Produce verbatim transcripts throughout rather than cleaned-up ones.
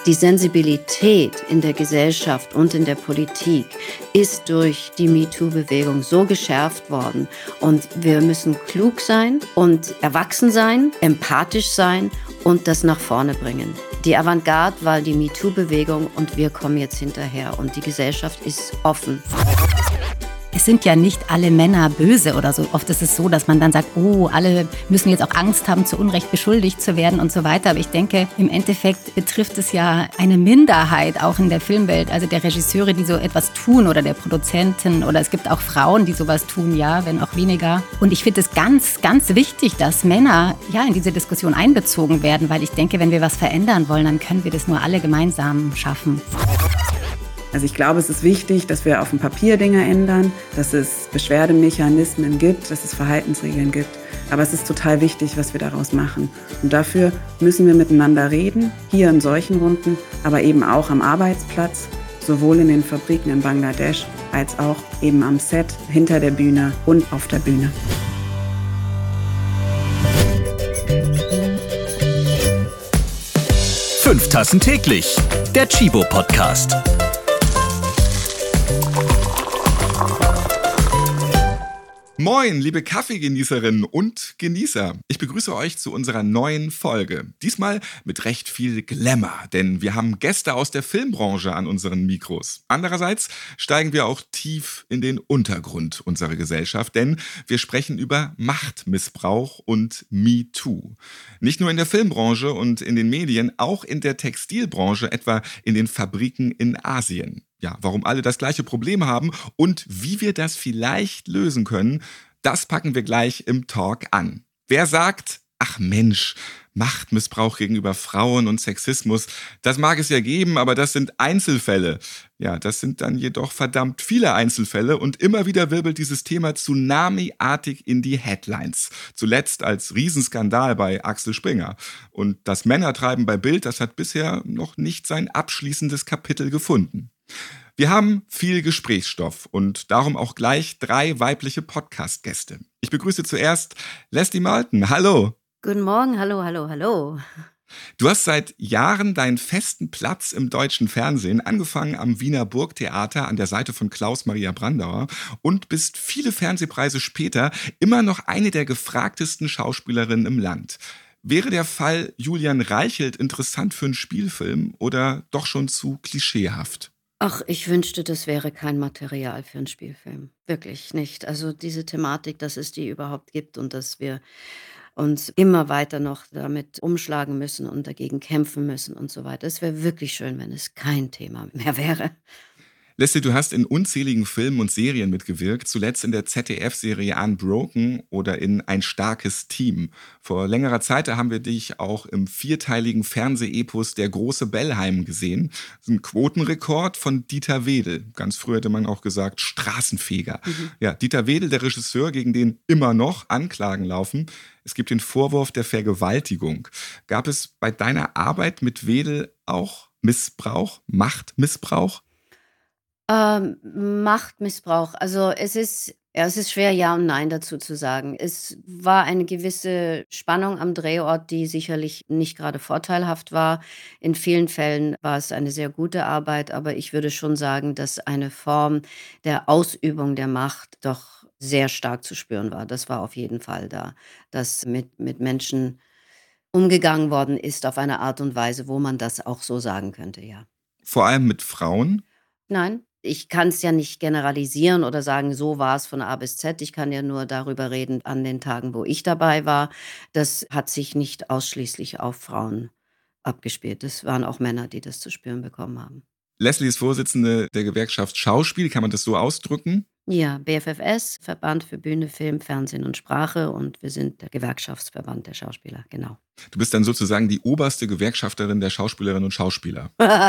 Die Sensibilität in der Gesellschaft und in der Politik ist durch die MeToo-Bewegung so geschärft worden. Und wir müssen klug sein und erwachsen sein, empathisch sein und das nach vorne bringen. Die Avantgarde war die MeToo-Bewegung und wir kommen jetzt hinterher. Und die Gesellschaft ist offen. Es sind ja nicht alle Männer böse oder so. Oft ist es so, dass man dann sagt, oh, alle müssen jetzt auch Angst haben, zu Unrecht beschuldigt zu werden und so weiter. Aber ich denke, im Endeffekt betrifft es ja eine Minderheit auch in der Filmwelt. Also der Regisseure, die so etwas tun oder der Produzenten oder es gibt auch Frauen, die sowas tun, ja, wenn auch weniger. Und ich finde es ganz, ganz wichtig, dass Männer ja in diese Diskussion einbezogen werden, weil ich denke, wenn wir was verändern wollen, dann können wir das nur alle gemeinsam schaffen. Also ich glaube, es ist wichtig, dass wir auf dem Papier Dinge ändern, dass es Beschwerdemechanismen gibt, dass es Verhaltensregeln gibt. Aber es ist total wichtig, was wir daraus machen. Und dafür müssen wir miteinander reden, hier in solchen Runden, aber eben auch am Arbeitsplatz, sowohl in den Fabriken in Bangladesch als auch eben am Set, hinter der Bühne und auf der Bühne. Fünf Tassen täglich, der Chibo-Podcast. Moin, liebe Kaffeegenießerinnen und Genießer. Ich begrüße euch zu unserer neuen Folge. Diesmal mit recht viel Glamour, denn wir haben Gäste aus der Filmbranche an unseren Mikros. Andererseits steigen wir auch tief in den Untergrund unserer Gesellschaft, denn wir sprechen über Machtmissbrauch und MeToo. Nicht nur in der Filmbranche und in den Medien, auch in der Textilbranche, etwa in den Fabriken in Asien. Ja, warum alle das gleiche Problem haben und wie wir das vielleicht lösen können, das packen wir gleich im Talk an. Wer sagt, ach Mensch, Machtmissbrauch gegenüber Frauen und Sexismus, das mag es ja geben, aber das sind Einzelfälle. Ja, das sind dann jedoch verdammt viele Einzelfälle und immer wieder wirbelt dieses Thema tsunamiartig in die Headlines. Zuletzt als Riesenskandal bei Axel Springer. Und das Männertreiben bei Bild, das hat bisher noch nicht sein abschließendes Kapitel gefunden. Wir haben viel Gesprächsstoff und darum auch gleich drei weibliche Podcast-Gäste. Ich begrüße zuerst Leslie Malten. Hallo. Guten Morgen, hallo, hallo, hallo. Du hast seit Jahren deinen festen Platz im deutschen Fernsehen, angefangen am Wiener Burgtheater an der Seite von Klaus Maria Brandauer und bist viele Fernsehpreise später immer noch eine der gefragtesten Schauspielerinnen im Land. Wäre der Fall Julian Reichelt interessant für einen Spielfilm oder doch schon zu klischeehaft? Ach, ich wünschte, das wäre kein Material für einen Spielfilm. Wirklich nicht. Also diese Thematik, dass es die überhaupt gibt und dass wir uns immer weiter noch damit umschlagen müssen und dagegen kämpfen müssen und so weiter. Es wäre wirklich schön, wenn es kein Thema mehr wäre. Leslie, du hast in unzähligen Filmen und Serien mitgewirkt, zuletzt in der Z D F-Serie Unbroken oder in Ein starkes Team. Vor längerer Zeit haben wir dich auch im vierteiligen Fernsehepos Der große Bellheim gesehen. Das ist ein Quotenrekord von Dieter Wedel. Ganz früh hätte man auch gesagt Straßenfeger. Mhm. Ja, Dieter Wedel, der Regisseur, gegen den immer noch Anklagen laufen. Es gibt den Vorwurf der Vergewaltigung. Gab es bei deiner Arbeit mit Wedel auch Missbrauch, Machtmissbrauch? Ähm, Machtmissbrauch. Also es ist, ja, es ist schwer, Ja und Nein dazu zu sagen. Es war eine gewisse Spannung am Drehort, die sicherlich nicht gerade vorteilhaft war. In vielen Fällen war es eine sehr gute Arbeit, aber ich würde schon sagen, dass eine Form der Ausübung der Macht doch sehr stark zu spüren war. Das war auf jeden Fall da, dass mit, mit Menschen umgegangen worden ist auf eine Art und Weise, wo man das auch so sagen könnte, ja. Vor allem mit Frauen? Nein. Ich kann es ja nicht generalisieren oder sagen, so war es von A bis Z. Ich kann ja nur darüber reden an den Tagen, wo ich dabei war. Das hat sich nicht ausschließlich auf Frauen abgespielt. Es waren auch Männer, die das zu spüren bekommen haben. Leslie ist Vorsitzende der Gewerkschaft Schauspiel, kann man das so ausdrücken? Ja, B F F S, Verband für Bühne, Film, Fernsehen und Sprache und wir sind der Gewerkschaftsverband der Schauspieler, genau. Du bist dann sozusagen die oberste Gewerkschafterin der Schauspielerinnen und Schauspieler.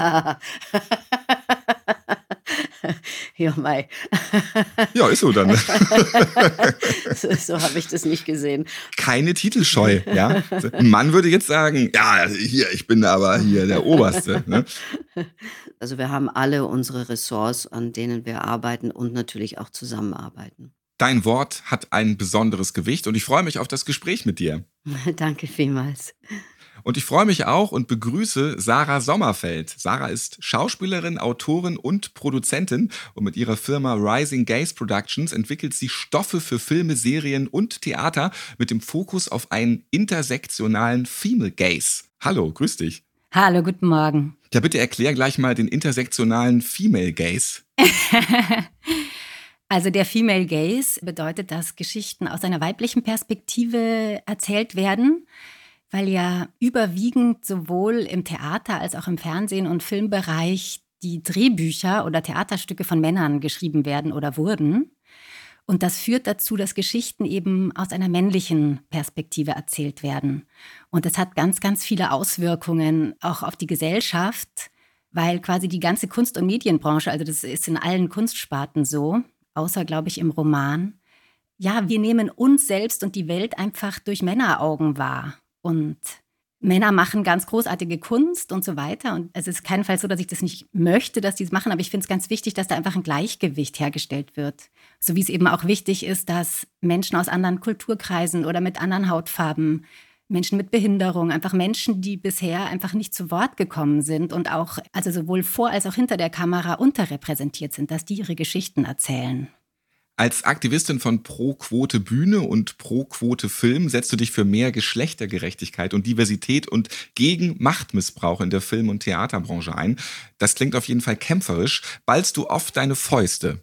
Ja, mei. Ja, ist so dann. so so habe ich das nicht gesehen. Keine Titelscheu, ja. Ein Mann würde jetzt sagen, ja, hier, ich bin aber hier der Oberste. Ne? Also wir haben alle unsere Ressorts, an denen wir arbeiten und natürlich auch zusammenarbeiten. Dein Wort hat ein besonderes Gewicht und ich freue mich auf das Gespräch mit dir. Danke vielmals. Und ich freue mich auch und begrüße Sarah Sommerfeld. Sarah ist Schauspielerin, Autorin und Produzentin und mit ihrer Firma Rising Gaze Productions entwickelt sie Stoffe für Filme, Serien und Theater mit dem Fokus auf einen intersektionalen Female Gaze. Hallo, grüß dich. Hallo, guten Morgen. Ja, bitte erklär gleich mal den intersektionalen Female Gaze. Also der Female Gaze bedeutet, dass Geschichten aus einer weiblichen Perspektive erzählt werden, weil ja überwiegend sowohl im Theater als auch im Fernsehen- und Filmbereich die Drehbücher oder Theaterstücke von Männern geschrieben werden oder wurden. Und das führt dazu, dass Geschichten eben aus einer männlichen Perspektive erzählt werden. Und das hat ganz, ganz viele Auswirkungen auch auf die Gesellschaft, weil quasi die ganze Kunst- und Medienbranche, also das ist in allen Kunstsparten so, außer, glaube ich, im Roman, ja, wir nehmen uns selbst und die Welt einfach durch Männeraugen wahr. Und Männer machen ganz großartige Kunst und so weiter. Und es ist keinenfalls so, dass ich das nicht möchte, dass die es machen. Aber ich finde es ganz wichtig, dass da einfach ein Gleichgewicht hergestellt wird. So wie es eben auch wichtig ist, dass Menschen aus anderen Kulturkreisen oder mit anderen Hautfarben, Menschen mit Behinderung, einfach Menschen, die bisher einfach nicht zu Wort gekommen sind und auch, also sowohl vor als auch hinter der Kamera unterrepräsentiert sind, dass die ihre Geschichten erzählen. Als Aktivistin von Pro-Quote Bühne und Pro-Quote Film setzt du dich für mehr Geschlechtergerechtigkeit und Diversität und gegen Machtmissbrauch in der Film- und Theaterbranche ein. Das klingt auf jeden Fall kämpferisch. Ballst du oft deine Fäuste?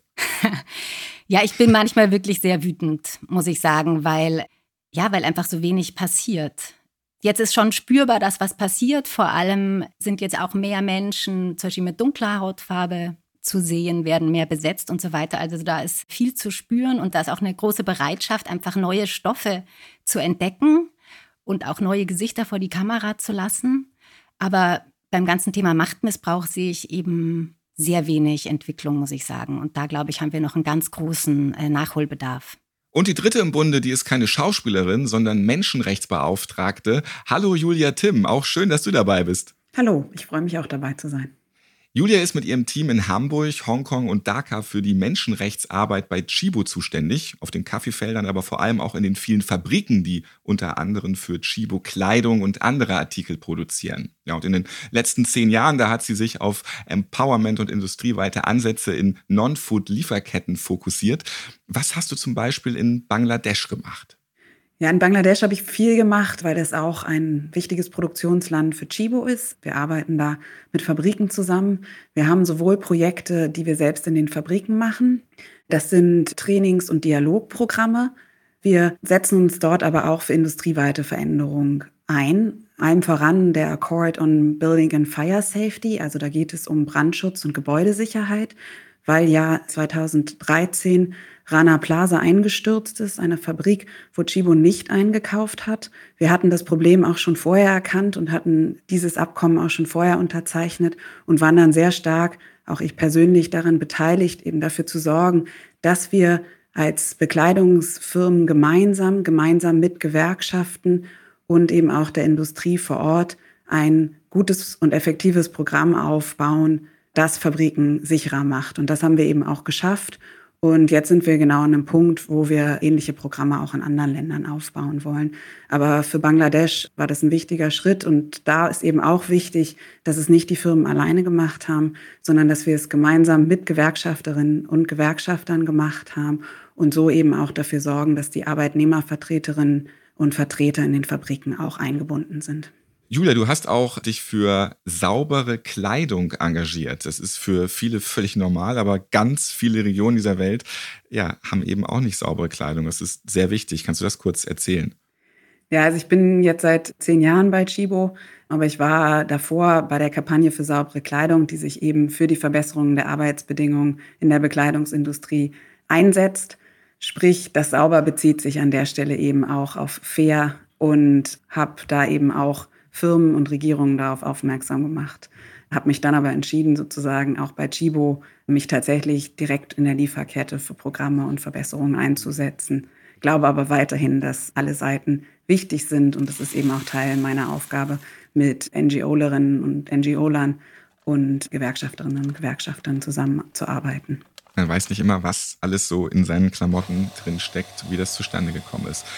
Ja, ich bin manchmal wirklich sehr wütend, muss ich sagen, weil, ja, weil einfach so wenig passiert. Jetzt ist schon spürbar, dass was passiert. Vor allem sind jetzt auch mehr Menschen, zum Beispiel mit dunkler Hautfarbe, zu sehen, werden mehr besetzt und so weiter. Also da ist viel zu spüren und da ist auch eine große Bereitschaft, einfach neue Stoffe zu entdecken und auch neue Gesichter vor die Kamera zu lassen. Aber beim ganzen Thema Machtmissbrauch sehe ich eben sehr wenig Entwicklung, muss ich sagen. Und da, glaube ich, haben wir noch einen ganz großen äh, Nachholbedarf. Und die dritte im Bunde, die ist keine Schauspielerin, sondern Menschenrechtsbeauftragte. Hallo Julia Timm, auch schön, dass du dabei bist. Hallo, ich freue mich auch dabei zu sein. Julia ist mit ihrem Team in Hamburg, Hongkong und Dhaka für die Menschenrechtsarbeit bei Tchibo zuständig, auf den Kaffeefeldern, aber vor allem auch in den vielen Fabriken, die unter anderem für Tchibo Kleidung und andere Artikel produzieren. Ja, und in den letzten zehn Jahren, da hat sie sich auf Empowerment und industrieweite Ansätze in Non-Food-Lieferketten fokussiert. Was hast du zum Beispiel in Bangladesch gemacht? Ja, in Bangladesch habe ich viel gemacht, weil das auch ein wichtiges Produktionsland für Tchibo ist. Wir arbeiten da mit Fabriken zusammen. Wir haben sowohl Projekte, die wir selbst in den Fabriken machen. Das sind Trainings- und Dialogprogramme. Wir setzen uns dort aber auch für industrieweite Veränderung ein. Allem voran der Accord on Building and Fire Safety. Also da geht es um Brandschutz und Gebäudesicherheit, weil ja zweitausenddreizehn Rana Plaza eingestürzt ist, eine Fabrik, wo Tchibo nicht eingekauft hat. Wir hatten das Problem auch schon vorher erkannt und hatten dieses Abkommen auch schon vorher unterzeichnet und waren dann sehr stark, auch ich persönlich, daran beteiligt, eben dafür zu sorgen, dass wir als Bekleidungsfirmen gemeinsam, gemeinsam mit Gewerkschaften und eben auch der Industrie vor Ort ein gutes und effektives Programm aufbauen, das Fabriken sicherer macht. Und das haben wir eben auch geschafft. Und jetzt sind wir genau an einem Punkt, wo wir ähnliche Programme auch in anderen Ländern aufbauen wollen. Aber für Bangladesch war das ein wichtiger Schritt. Und da ist eben auch wichtig, dass es nicht die Firmen alleine gemacht haben, sondern dass wir es gemeinsam mit Gewerkschafterinnen und Gewerkschaftern gemacht haben und so eben auch dafür sorgen, dass die Arbeitnehmervertreterinnen und Vertreter in den Fabriken auch eingebunden sind. Julia, du hast auch dich für saubere Kleidung engagiert. Das ist für viele völlig normal, aber ganz viele Regionen dieser Welt ja, haben eben auch nicht saubere Kleidung. Das ist sehr wichtig. Kannst du das kurz erzählen? Ja, also ich bin jetzt seit zehn Jahren bei Tchibo, aber ich war davor bei der Kampagne für saubere Kleidung, die sich eben für die Verbesserung der Arbeitsbedingungen in der Bekleidungsindustrie einsetzt. Sprich, das Sauber bezieht sich an der Stelle eben auch auf fair und habe da eben auch Firmen und Regierungen darauf aufmerksam gemacht. Habe mich dann aber entschieden, sozusagen auch bei Tchibo mich tatsächlich direkt in der Lieferkette für Programme und Verbesserungen einzusetzen. Glaube aber weiterhin, dass alle Seiten wichtig sind und das ist eben auch Teil meiner Aufgabe, mit NGOlerinnen und NGOlern und Gewerkschafterinnen und Gewerkschaftern zusammenzuarbeiten. Man weiß nicht immer, was alles so in seinen Klamotten drin steckt, wie das zustande gekommen ist.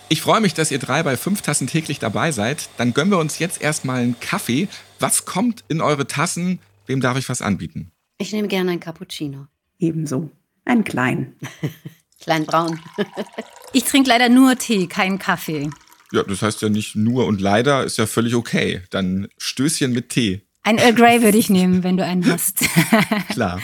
Ich freue mich, dass ihr drei bei fünf Tassen täglich dabei seid. Dann gönnen wir uns jetzt erstmal einen Kaffee. Was kommt in eure Tassen? Wem darf ich was anbieten? Ich nehme gerne einen Cappuccino. Ebenso. Einen kleinen. Klein braun. Ich trinke leider nur Tee, keinen Kaffee. Ja, das heißt ja nicht nur und leider, ist ja völlig okay. Dann Stößchen mit Tee. Ein Earl Grey würde ich nehmen, wenn du einen hast. Klar.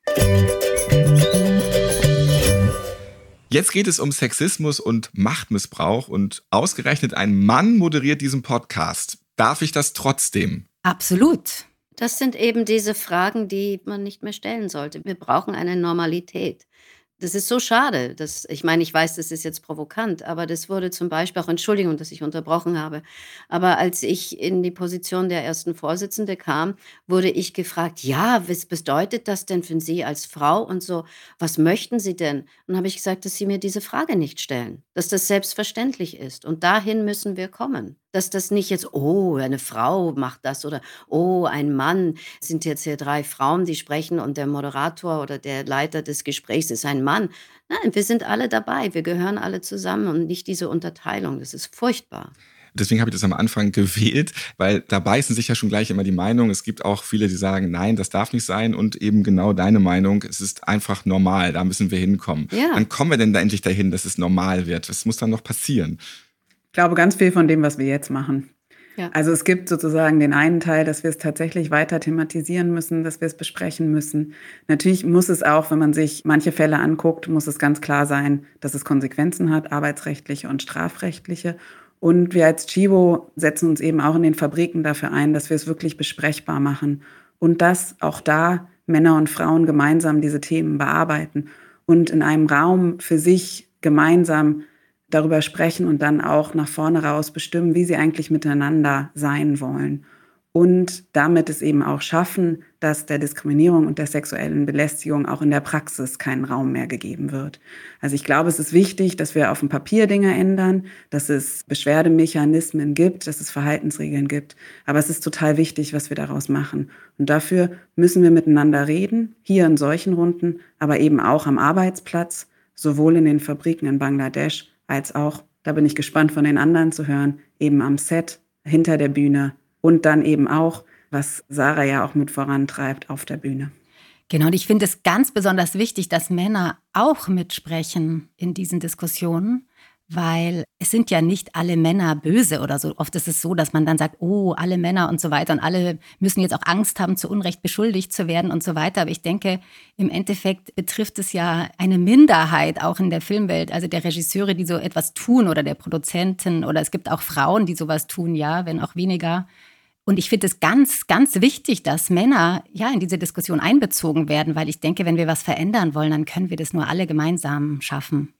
Jetzt geht es um Sexismus und Machtmissbrauch und ausgerechnet ein Mann moderiert diesen Podcast. Darf ich das trotzdem? Absolut. Das sind eben diese Fragen, die man nicht mehr stellen sollte. Wir brauchen eine Normalität. Das ist so schade. Dass, ich meine, ich weiß, das ist jetzt provokant, aber das wurde zum Beispiel auch, Entschuldigung, dass ich unterbrochen habe, aber als ich in die Position der ersten Vorsitzende kam, wurde ich gefragt, ja, was bedeutet das denn für Sie als Frau und so, was möchten Sie denn? Und habe ich gesagt, dass Sie mir diese Frage nicht stellen, dass das selbstverständlich ist und dahin müssen wir kommen. Dass das nicht jetzt, oh, eine Frau macht das oder oh, ein Mann, es sind jetzt hier drei Frauen, die sprechen und der Moderator oder der Leiter des Gesprächs ist ein Mann. Nein, wir sind alle dabei, wir gehören alle zusammen und nicht diese Unterteilung, das ist furchtbar. Deswegen habe ich das am Anfang gewählt, weil da beißen sich ja schon gleich immer die Meinungen. Es gibt auch viele, die sagen, nein, das darf nicht sein und eben genau deine Meinung, es ist einfach normal, da müssen wir hinkommen. Ja. Wann kommen wir denn da endlich dahin, dass es normal wird? Was muss dann noch passieren? Ich glaube, ganz viel von dem, was wir jetzt machen. Ja. Also es gibt sozusagen den einen Teil, dass wir es tatsächlich weiter thematisieren müssen, dass wir es besprechen müssen. Natürlich muss es auch, wenn man sich manche Fälle anguckt, muss es ganz klar sein, dass es Konsequenzen hat, arbeitsrechtliche und strafrechtliche. Und wir als Chibo setzen uns eben auch in den Fabriken dafür ein, dass wir es wirklich besprechbar machen und dass auch da Männer und Frauen gemeinsam diese Themen bearbeiten und in einem Raum für sich gemeinsam darüber sprechen und dann auch nach vorne raus bestimmen, wie sie eigentlich miteinander sein wollen. Und damit es eben auch schaffen, dass der Diskriminierung und der sexuellen Belästigung auch in der Praxis keinen Raum mehr gegeben wird. Also ich glaube, es ist wichtig, dass wir auf dem Papier Dinge ändern, dass es Beschwerdemechanismen gibt, dass es Verhaltensregeln gibt. Aber es ist total wichtig, was wir daraus machen. Und dafür müssen wir miteinander reden, hier in solchen Runden, aber eben auch am Arbeitsplatz, sowohl in den Fabriken in Bangladesch, als auch, da bin ich gespannt von den anderen zu hören, eben am Set, hinter der Bühne und dann eben auch, was Sarah ja auch mit vorantreibt, auf der Bühne. Genau, und ich finde es ganz besonders wichtig, dass Männer auch mitsprechen in diesen Diskussionen, weil es sind ja nicht alle Männer böse oder so. Oft ist es so, dass man dann sagt, oh, alle Männer und so weiter und alle müssen jetzt auch Angst haben, zu Unrecht beschuldigt zu werden und so weiter. Aber ich denke, im Endeffekt betrifft es ja eine Minderheit auch in der Filmwelt, also der Regisseure, die so etwas tun oder der Produzenten oder es gibt auch Frauen, die sowas tun, ja, wenn auch weniger. Und ich finde es ganz, ganz wichtig, dass Männer ja in diese Diskussion einbezogen werden, weil ich denke, wenn wir was verändern wollen, dann können wir das nur alle gemeinsam schaffen.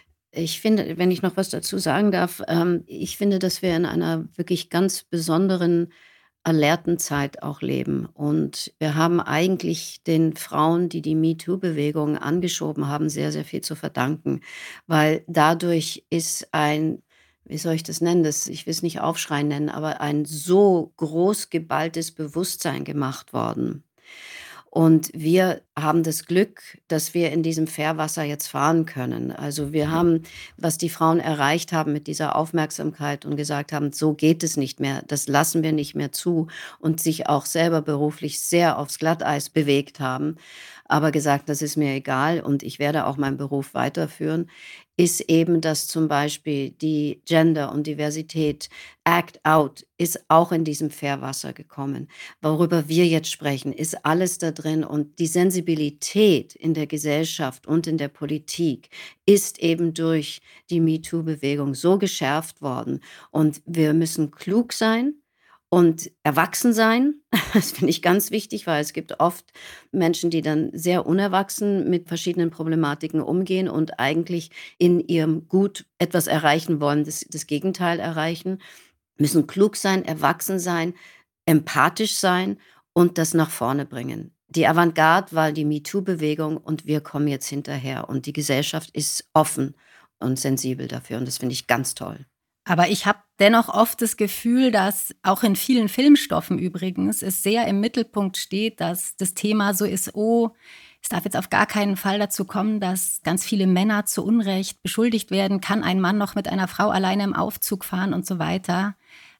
Ich finde, wenn ich noch was dazu sagen darf, ähm, ich finde, dass wir in einer wirklich ganz besonderen, alerten Zeit auch leben. Und wir haben eigentlich den Frauen, die die MeToo-Bewegung angeschoben haben, sehr, sehr viel zu verdanken. Weil dadurch ist ein, wie soll ich das nennen, das, ich will es nicht Aufschrei nennen, aber ein so groß geballtes Bewusstsein gemacht worden. Und wir haben das Glück, dass wir in diesem Fairwasser jetzt fahren können. Also wir haben, was die Frauen erreicht haben mit dieser Aufmerksamkeit und gesagt haben, so geht es nicht mehr, das lassen wir nicht mehr zu und sich auch selber beruflich sehr aufs Glatteis bewegt haben, aber gesagt, das ist mir egal und ich werde auch meinen Beruf weiterführen, ist eben, dass zum Beispiel die Gender und Diversität, Act Out, ist auch in diesem Fairwasser gekommen. Worüber wir jetzt sprechen, ist alles da drin und die Sensibilität in der Gesellschaft und in der Politik ist eben durch die MeToo-Bewegung so geschärft worden und wir müssen klug sein und erwachsen sein. Das finde ich ganz wichtig, weil es gibt oft Menschen, die dann sehr unerwachsen mit verschiedenen Problematiken umgehen und eigentlich in ihrem Gut etwas erreichen wollen, das, das Gegenteil erreichen. Müssen klug sein, erwachsen sein, empathisch sein und das nach vorne bringen. Die Avantgarde war die MeToo-Bewegung und wir kommen jetzt hinterher. Und die Gesellschaft ist offen und sensibel dafür und das finde ich ganz toll. Aber ich habe dennoch oft das Gefühl, dass auch in vielen Filmstoffen übrigens es sehr im Mittelpunkt steht, dass das Thema so ist, oh, Es darf jetzt auf gar keinen Fall dazu kommen, dass ganz viele Männer zu Unrecht beschuldigt werden. Kann ein Mann noch mit einer Frau alleine im Aufzug fahren und so weiter?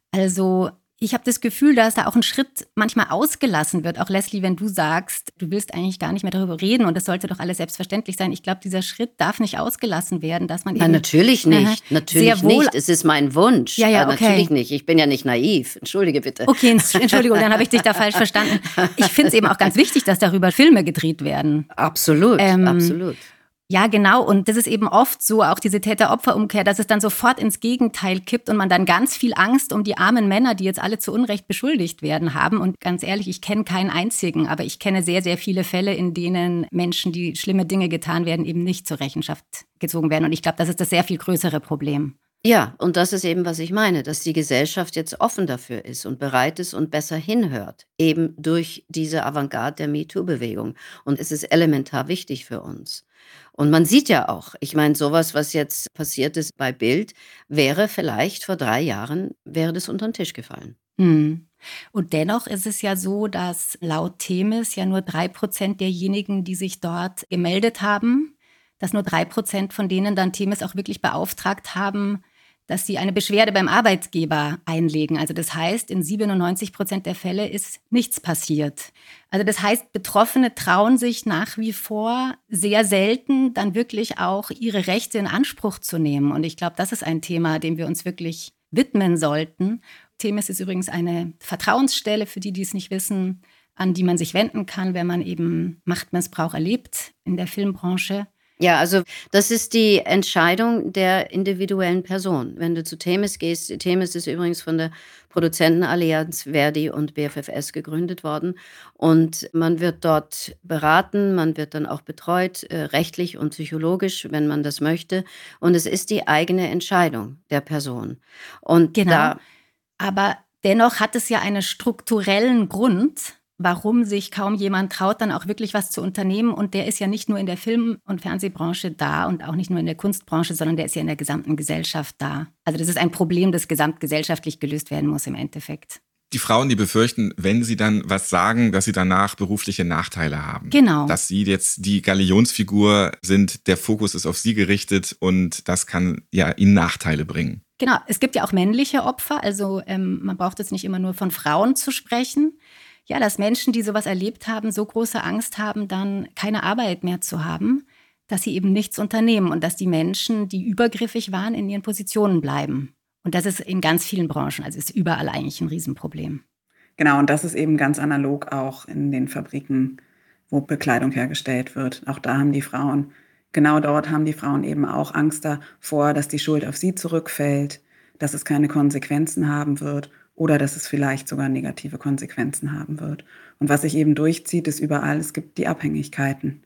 Also ich habe das Gefühl, dass da auch ein Schritt manchmal ausgelassen wird. Auch Leslie, wenn du sagst, du willst eigentlich gar nicht mehr darüber reden und das sollte doch alles selbstverständlich sein. Ich glaube, dieser Schritt darf nicht ausgelassen werden, dass man Nein, eben... natürlich nicht. Äh, natürlich nicht. Es ist mein Wunsch. Ja, ja, Aber okay. Natürlich nicht. Ich bin ja nicht naiv. Entschuldige bitte. Okay, Entschuldigung, dann habe ich dich da falsch verstanden. Ich finde es eben auch ganz wichtig, dass darüber Filme gedreht werden. Absolut, Ähm, absolut. Ja, genau. Und das ist eben oft so, auch diese Täter-Opfer-Umkehr, dass es dann sofort ins Gegenteil kippt und man dann ganz viel Angst um die armen Männer, die jetzt alle zu Unrecht beschuldigt werden, haben. Und ganz ehrlich, ich kenne keinen einzigen, aber ich kenne sehr, sehr viele Fälle, in denen Menschen, die schlimme Dinge getan werden, eben nicht zur Rechenschaft gezogen werden. Und ich glaube, das ist das sehr viel größere Problem. Ja, und das ist eben, was ich meine, dass die Gesellschaft jetzt offen dafür ist und bereit ist und besser hinhört, eben durch diese Avantgarde der MeToo-Bewegung. Und es ist elementar wichtig für uns. Und man sieht ja auch, ich meine, sowas, was jetzt passiert ist bei Bild, wäre vielleicht vor drei Jahren, wäre das unter den Tisch gefallen. Hm. Und dennoch ist es ja so, dass laut Themis ja nur drei Prozent derjenigen, die sich dort gemeldet haben, dass nur drei Prozent von denen dann Themis auch wirklich beauftragt haben, dass sie eine Beschwerde beim Arbeitgeber einlegen. Also das heißt, in siebenundneunzig Prozent der Fälle ist nichts passiert. Also das heißt, Betroffene trauen sich nach wie vor sehr selten, dann wirklich auch ihre Rechte in Anspruch zu nehmen. Und ich glaube, das ist ein Thema, dem wir uns wirklich widmen sollten. Themis ist übrigens eine Vertrauensstelle, für die, die es nicht wissen, an die man sich wenden kann, wenn man eben Machtmissbrauch erlebt in der Filmbranche. Ja, also das ist die Entscheidung der individuellen Person. Wenn du zu Themis gehst, Themis ist übrigens von der Produzentenallianz Verdi und B F F S gegründet worden und man wird dort beraten, man wird dann auch betreut, äh, rechtlich und psychologisch, wenn man das möchte. Und es ist die eigene Entscheidung der Person. Und Genau, da, aber dennoch hat es ja einen strukturellen Grund, warum sich kaum jemand traut, dann auch wirklich was zu unternehmen. Und der ist ja nicht nur in der Film- und Fernsehbranche da und auch nicht nur in der Kunstbranche, sondern der ist ja in der gesamten Gesellschaft da. Also das ist ein Problem, das gesamtgesellschaftlich gelöst werden muss im Endeffekt. Die Frauen, die befürchten, wenn sie dann was sagen, dass sie danach berufliche Nachteile haben. Genau. Dass sie jetzt die Galionsfigur sind, der Fokus ist auf sie gerichtet und das kann ja ihnen Nachteile bringen. Genau, es gibt ja auch männliche Opfer, also ähm, man braucht jetzt nicht immer nur von Frauen zu sprechen. Ja, dass Menschen, die sowas erlebt haben, so große Angst haben, dann keine Arbeit mehr zu haben, dass sie eben nichts unternehmen und dass die Menschen, die übergriffig waren, in ihren Positionen bleiben. Und das ist in ganz vielen Branchen, also ist überall eigentlich ein Riesenproblem. Genau, und das ist eben ganz analog auch in den Fabriken, wo Bekleidung hergestellt wird. Auch da haben die Frauen, genau dort haben die Frauen eben auch Angst davor, dass die Schuld auf sie zurückfällt, dass es keine Konsequenzen haben wird. Oder dass es vielleicht sogar negative Konsequenzen haben wird. Und was sich eben durchzieht, ist überall, es gibt die Abhängigkeiten.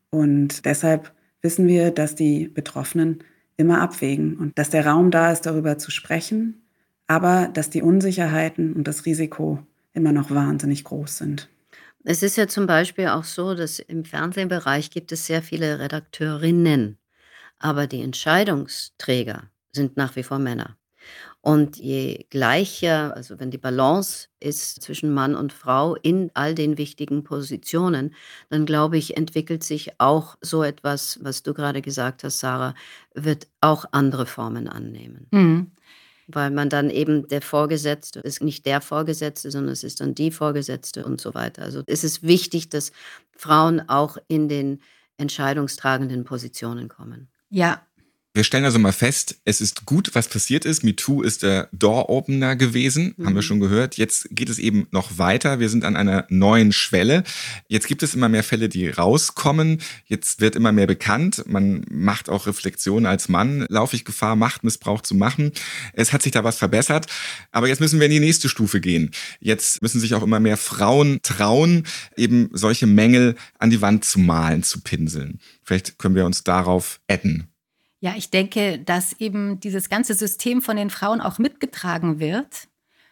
Und deshalb wissen wir, dass die Betroffenen immer abwägen und dass der Raum da ist, darüber zu sprechen, aber dass die Unsicherheiten und das Risiko immer noch wahnsinnig groß sind. es ist ja zum Beispiel auch so, dass im Fernsehbereich gibt es sehr viele Redakteurinnen, aber die Entscheidungsträger sind nach wie vor Männer. Und je gleicher, also wenn die Balance ist zwischen Mann und Frau in all den wichtigen Positionen, dann glaube ich, entwickelt sich auch so etwas, was du gerade gesagt hast, Sarah, wird auch andere Formen annehmen. Mhm. Weil man dann eben der Vorgesetzte ist nicht der Vorgesetzte, sondern es ist dann die Vorgesetzte und so weiter. Also es ist wichtig, dass Frauen auch in den entscheidungstragenden Positionen kommen. Ja. Wir stellen also mal fest, es ist gut, was passiert ist. MeToo ist der Door-Opener gewesen, mhm. haben wir schon gehört. Jetzt geht es eben noch weiter. Wir sind an einer neuen Schwelle. Jetzt gibt es immer mehr Fälle, die rauskommen. Jetzt wird immer mehr bekannt. Man macht auch Reflexionen als Mann. Laufe ich Gefahr, Machtmissbrauch zu machen? Es hat sich da was verbessert. Aber jetzt müssen wir in die nächste Stufe gehen. Jetzt müssen sich auch immer mehr Frauen trauen, eben solche Mängel an die Wand zu malen, zu pinseln. Vielleicht können wir uns darauf adden. Ja, ich denke, dass eben dieses ganze System von den Frauen auch mitgetragen wird.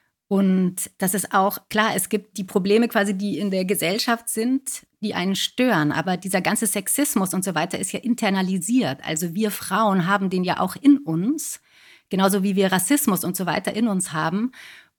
Und dass es auch, klar, es gibt die Probleme quasi, die in der Gesellschaft sind, die einen stören. Aber dieser ganze Sexismus und so weiter ist ja internalisiert. Also wir Frauen haben den ja auch in uns, genauso wie wir Rassismus und so weiter in uns haben.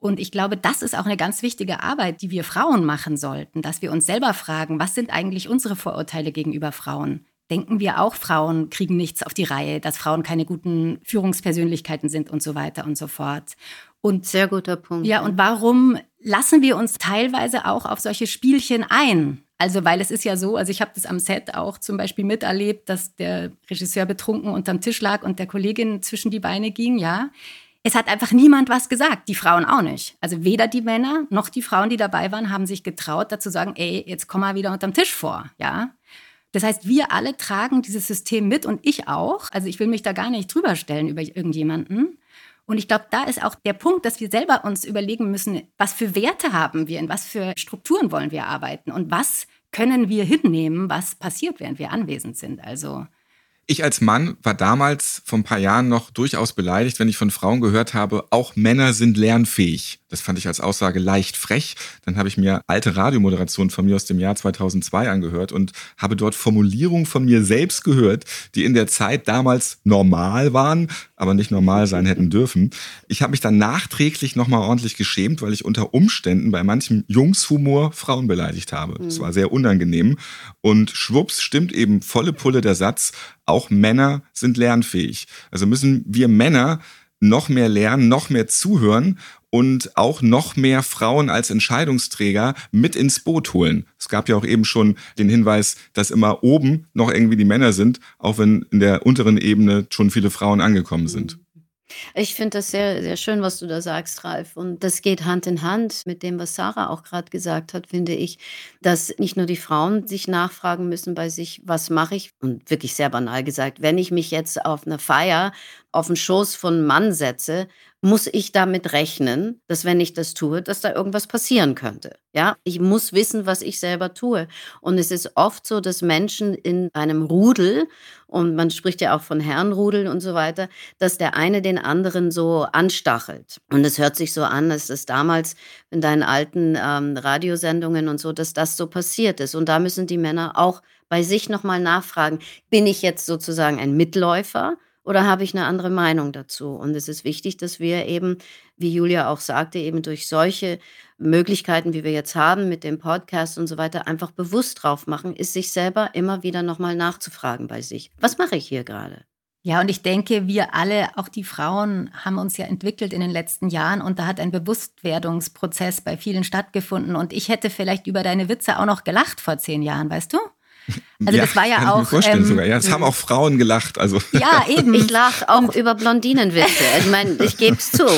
Und ich glaube, das ist auch eine ganz wichtige Arbeit, die wir Frauen machen sollten, dass wir uns selber fragen, was sind eigentlich unsere Vorurteile gegenüber Frauen? Denken wir auch, Frauen kriegen nichts auf die Reihe, dass Frauen keine guten Führungspersönlichkeiten sind und so weiter und so fort. Und sehr guter Punkt. Ja, und warum lassen wir uns teilweise auch auf solche Spielchen ein? Also, weil es ist ja so, also ich habe das am Set auch zum Beispiel miterlebt, dass der Regisseur betrunken unterm Tisch lag und der Kollegin zwischen die Beine ging, ja. Es hat einfach niemand was gesagt, die Frauen auch nicht. Also weder die Männer noch die Frauen, die dabei waren, haben sich getraut, dazu sagen, ey, jetzt komm mal wieder unterm Tisch vor, ja. Das heißt, wir alle tragen dieses System mit und ich auch. Also ich will mich da gar nicht drüber stellen über irgendjemanden. Und ich glaube, da ist auch der Punkt, dass wir selber uns überlegen müssen, was für Werte haben wir, in was für Strukturen wollen wir arbeiten und was können wir hinnehmen, was passiert, während wir anwesend sind. Also ich als Mann war damals vor ein paar Jahren noch durchaus beleidigt, wenn ich von Frauen gehört habe, auch Männer sind lernfähig. Das fand ich als Aussage leicht frech. Dann habe ich mir alte Radiomoderationen von mir aus dem Jahr zweitausendzwei angehört und habe dort Formulierungen von mir selbst gehört, die in der Zeit damals normal waren, aber nicht normal sein hätten dürfen. Ich habe mich dann nachträglich nochmal ordentlich geschämt, weil ich unter Umständen bei manchem Jungshumor Frauen beleidigt habe. Das war sehr unangenehm. Und schwupps stimmt eben volle Pulle der Satz, auch Männer sind lernfähig. Also müssen wir Männer noch mehr lernen, noch mehr zuhören und auch noch mehr Frauen als Entscheidungsträger mit ins Boot holen. Es gab ja auch eben schon den Hinweis, dass immer oben noch irgendwie die Männer sind, auch wenn in der unteren Ebene schon viele Frauen angekommen sind. Ich finde das sehr, sehr schön, was du da sagst, Ralf. Und das geht Hand in Hand mit dem, was Sarah auch gerade gesagt hat, finde ich, dass nicht nur die Frauen sich nachfragen müssen bei sich, was mache ich? Und wirklich sehr banal gesagt, wenn ich mich jetzt auf einer Feier auf den Schoß von einem Mann setze, muss ich damit rechnen, dass wenn ich das tue, dass da irgendwas passieren könnte. Ja, ich muss wissen, was ich selber tue. Und es ist oft so, dass Menschen in einem Rudel, und man spricht ja auch von Herrenrudeln und so weiter, dass der eine den anderen so anstachelt. Und es hört sich so an, dass das damals in deinen alten ähm, Radiosendungen und so, dass das so passiert ist. Und da müssen die Männer auch bei sich nochmal nachfragen, bin ich jetzt sozusagen ein Mitläufer? Oder habe ich eine andere Meinung dazu? Und es ist wichtig, dass wir eben, wie Julia auch sagte, eben durch solche Möglichkeiten, wie wir jetzt haben mit dem Podcast und so weiter, einfach bewusst drauf machen, ist sich selber immer wieder nochmal nachzufragen bei sich. Was mache ich hier gerade? Ja, und ich denke, wir alle, auch die Frauen, haben uns ja entwickelt in den letzten Jahren und da hat ein Bewusstwerdungsprozess bei vielen stattgefunden. Und ich hätte vielleicht über deine Witze auch noch gelacht vor zehn Jahren, weißt du? Also ja, das war ja kann auch. Ich mir vorstellen ähm, sogar. Ja, es haben auch Frauen gelacht. Also. Ja, eben. Ich lache auch und über Blondinenwitze. Ich meine, ich gebe es zu.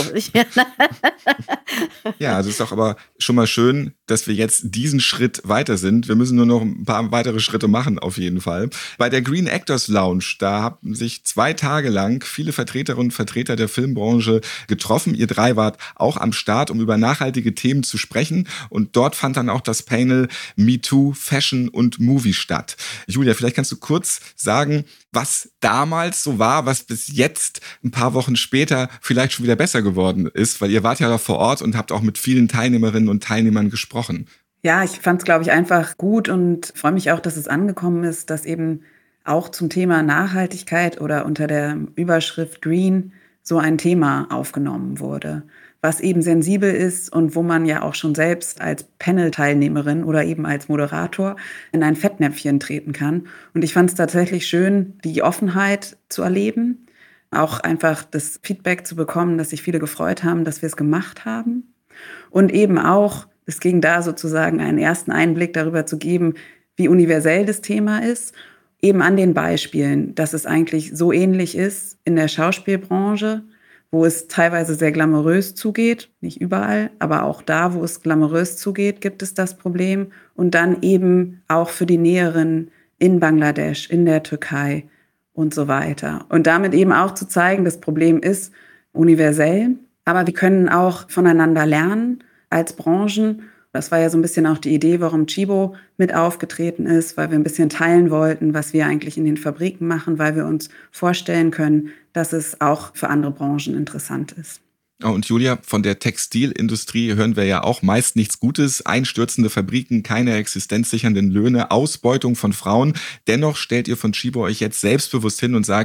Ja, also ist doch aber schon mal schön, dass wir jetzt diesen Schritt weiter sind. Wir müssen nur noch ein paar weitere Schritte machen, auf jeden Fall. Bei der Green Actors Lounge, da haben sich zwei Tage lang viele Vertreterinnen und Vertreter der Filmbranche getroffen. Ihr drei wart auch am Start, um über nachhaltige Themen zu sprechen. Und dort fand dann auch das Panel MeToo, Fashion und Movie statt. Julia, vielleicht kannst du kurz sagen, was damals so war, was bis jetzt, ein paar Wochen später, vielleicht schon wieder besser geworden ist, weil ihr wart ja da vor Ort und habt auch mit vielen Teilnehmerinnen und Teilnehmern gesprochen. Ja, ich fand es, glaube ich, einfach gut und freue mich auch, dass es angekommen ist, dass eben auch zum Thema Nachhaltigkeit oder unter der Überschrift Green so ein Thema aufgenommen wurde, was eben sensibel ist und wo man ja auch schon selbst als Panel-Teilnehmerin oder eben als Moderator in ein Fettnäpfchen treten kann. Und ich fand es tatsächlich schön, die Offenheit zu erleben, auch einfach das Feedback zu bekommen, dass sich viele gefreut haben, dass wir es gemacht haben. Und eben auch, es ging da sozusagen einen ersten Einblick darüber zu geben, wie universell das Thema ist, eben an den Beispielen, dass es eigentlich so ähnlich ist in der Schauspielbranche, wo es teilweise sehr glamourös zugeht, nicht überall, aber auch da, wo es glamourös zugeht, gibt es das Problem. Und dann eben auch für die Näheren in Bangladesch, in der Türkei und so weiter. Und damit eben auch zu zeigen, das Problem ist universell, aber wir können auch voneinander lernen als Branchen. Das war ja so ein bisschen auch die Idee, warum Chibo mit aufgetreten ist, weil wir ein bisschen teilen wollten, was wir eigentlich in den Fabriken machen, weil wir uns vorstellen können, dass es auch für andere Branchen interessant ist. Oh, und Julia, von der Textilindustrie hören wir ja auch meist nichts Gutes. Einstürzende Fabriken, keine existenzsichernden Löhne, Ausbeutung von Frauen. Dennoch stellt ihr von Chibo euch jetzt selbstbewusst hin und sagt,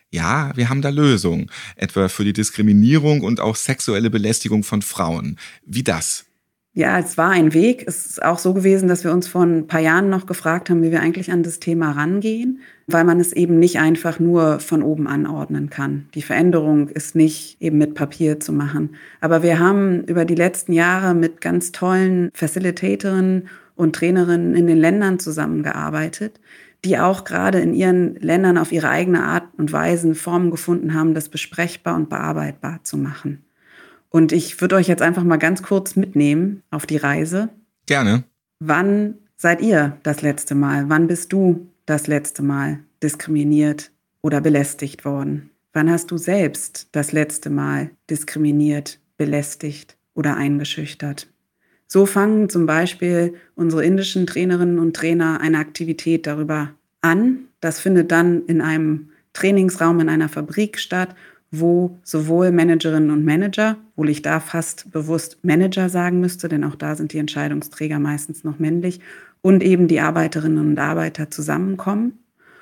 ja, wir haben da Lösungen, etwa für die Diskriminierung und auch sexuelle Belästigung von Frauen. Wie das? Ja, es war ein Weg. Es ist auch so gewesen, dass wir uns vor ein paar Jahren noch gefragt haben, wie wir eigentlich an das Thema rangehen, weil man es eben nicht einfach nur von oben anordnen kann. Die Veränderung ist nicht eben mit Papier zu machen. Aber wir haben über die letzten Jahre mit ganz tollen Facilitatorinnen und Trainerinnen in den Ländern zusammengearbeitet, die auch gerade in ihren Ländern auf ihre eigene Art und Weise Formen gefunden haben, das besprechbar und bearbeitbar zu machen. Und ich würde euch jetzt einfach mal ganz kurz mitnehmen auf die Reise. Gerne. Wann seid ihr das letzte Mal? Wann bist du das letzte Mal diskriminiert oder belästigt worden? Wann hast du selbst das letzte Mal diskriminiert, belästigt oder eingeschüchtert? So fangen zum Beispiel unsere indischen Trainerinnen und Trainer eine Aktivität darüber an. Das findet dann in einem Trainingsraum in einer Fabrik statt, wo sowohl Managerinnen und Manager, obwohl ich da fast bewusst Manager sagen müsste, denn auch da sind die Entscheidungsträger meistens noch männlich, und eben die Arbeiterinnen und Arbeiter zusammenkommen,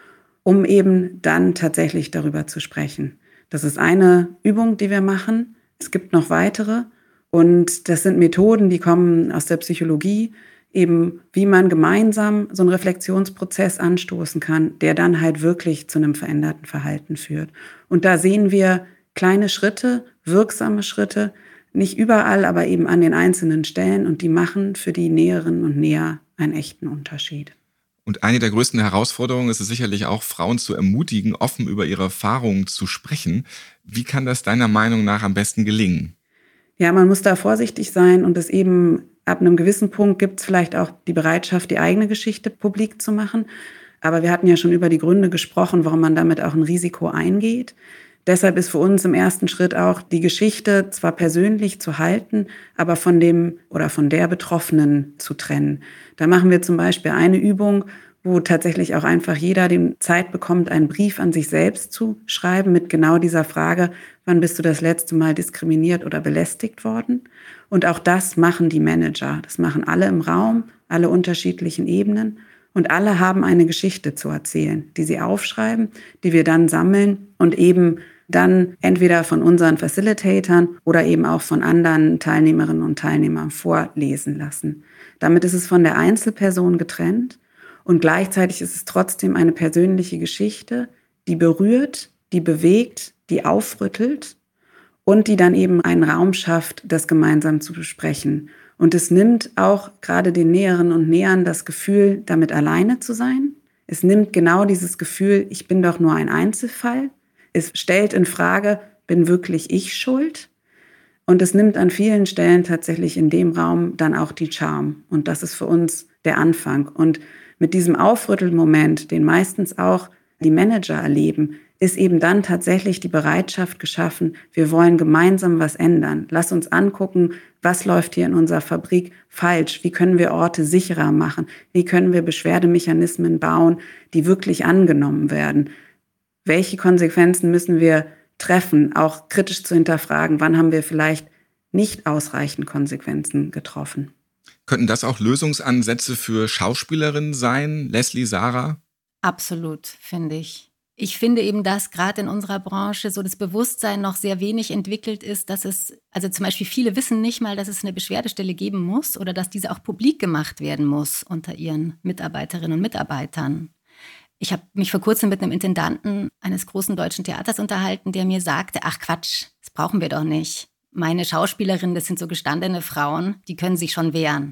um eben dann tatsächlich darüber zu sprechen. Das ist eine Übung, die wir machen. Es gibt noch weitere und das sind Methoden, die kommen aus der Psychologie, eben wie man gemeinsam so einen Reflexionsprozess anstoßen kann, der dann halt wirklich zu einem veränderten Verhalten führt. Und da sehen wir kleine Schritte, wirksame Schritte, nicht überall, aber eben an den einzelnen Stellen, und die machen für die Näherinnen und Näher einen echten Unterschied. Und eine der größten Herausforderungen ist es sicherlich auch, Frauen zu ermutigen, offen über ihre Erfahrungen zu sprechen. Wie kann das deiner Meinung nach am besten gelingen? Ja, man muss da vorsichtig sein und es eben ab einem gewissen Punkt gibt es vielleicht auch die Bereitschaft, die eigene Geschichte publik zu machen. Aber wir hatten ja schon über die Gründe gesprochen, warum man damit auch ein Risiko eingeht. Deshalb ist für uns im ersten Schritt auch die Geschichte zwar persönlich zu halten, aber von dem oder von der Betroffenen zu trennen. Da machen wir zum Beispiel eine Übung, wo tatsächlich auch einfach jeder die Zeit bekommt, einen Brief an sich selbst zu schreiben mit genau dieser Frage: Wann bist du das letzte Mal diskriminiert oder belästigt worden? Und auch das machen die Manager. Das machen alle im Raum, alle unterschiedlichen Ebenen. Und alle haben eine Geschichte zu erzählen, die sie aufschreiben, die wir dann sammeln und eben dann entweder von unseren Facilitatoren oder eben auch von anderen Teilnehmerinnen und Teilnehmern vorlesen lassen. Damit ist es von der Einzelperson getrennt und gleichzeitig ist es trotzdem eine persönliche Geschichte, die berührt, die bewegt, die aufrüttelt und die dann eben einen Raum schafft, das gemeinsam zu besprechen. Und es nimmt auch gerade den Näherinnen und Nähern das Gefühl, damit alleine zu sein. Es nimmt genau dieses Gefühl, ich bin doch nur ein Einzelfall. Es stellt in Frage, bin wirklich ich schuld? Und es nimmt an vielen Stellen tatsächlich in dem Raum dann auch die Charme. Und das ist für uns der Anfang. Und mit diesem Aufrüttelmoment, den meistens auch die Manager erleben, ist eben dann tatsächlich die Bereitschaft geschaffen, wir wollen gemeinsam was ändern. Lass uns angucken, was läuft hier in unserer Fabrik falsch? Wie können wir Orte sicherer machen? Wie können wir Beschwerdemechanismen bauen, die wirklich angenommen werden? Welche Konsequenzen müssen wir treffen? Auch kritisch zu hinterfragen, wann haben wir vielleicht nicht ausreichend Konsequenzen getroffen? Könnten das auch Lösungsansätze für Schauspielerinnen sein, Leslie, Sarah? Absolut, finde ich. Ich finde eben, dass gerade in unserer Branche so das Bewusstsein noch sehr wenig entwickelt ist, dass es, also zum Beispiel viele wissen nicht mal, dass es eine Beschwerdestelle geben muss oder dass diese auch publik gemacht werden muss unter ihren Mitarbeiterinnen und Mitarbeitern. Ich habe mich vor kurzem mit einem Intendanten eines großen deutschen Theaters unterhalten, der mir sagte, ach Quatsch, das brauchen wir doch nicht. Meine Schauspielerinnen, das sind so gestandene Frauen, die können sich schon wehren.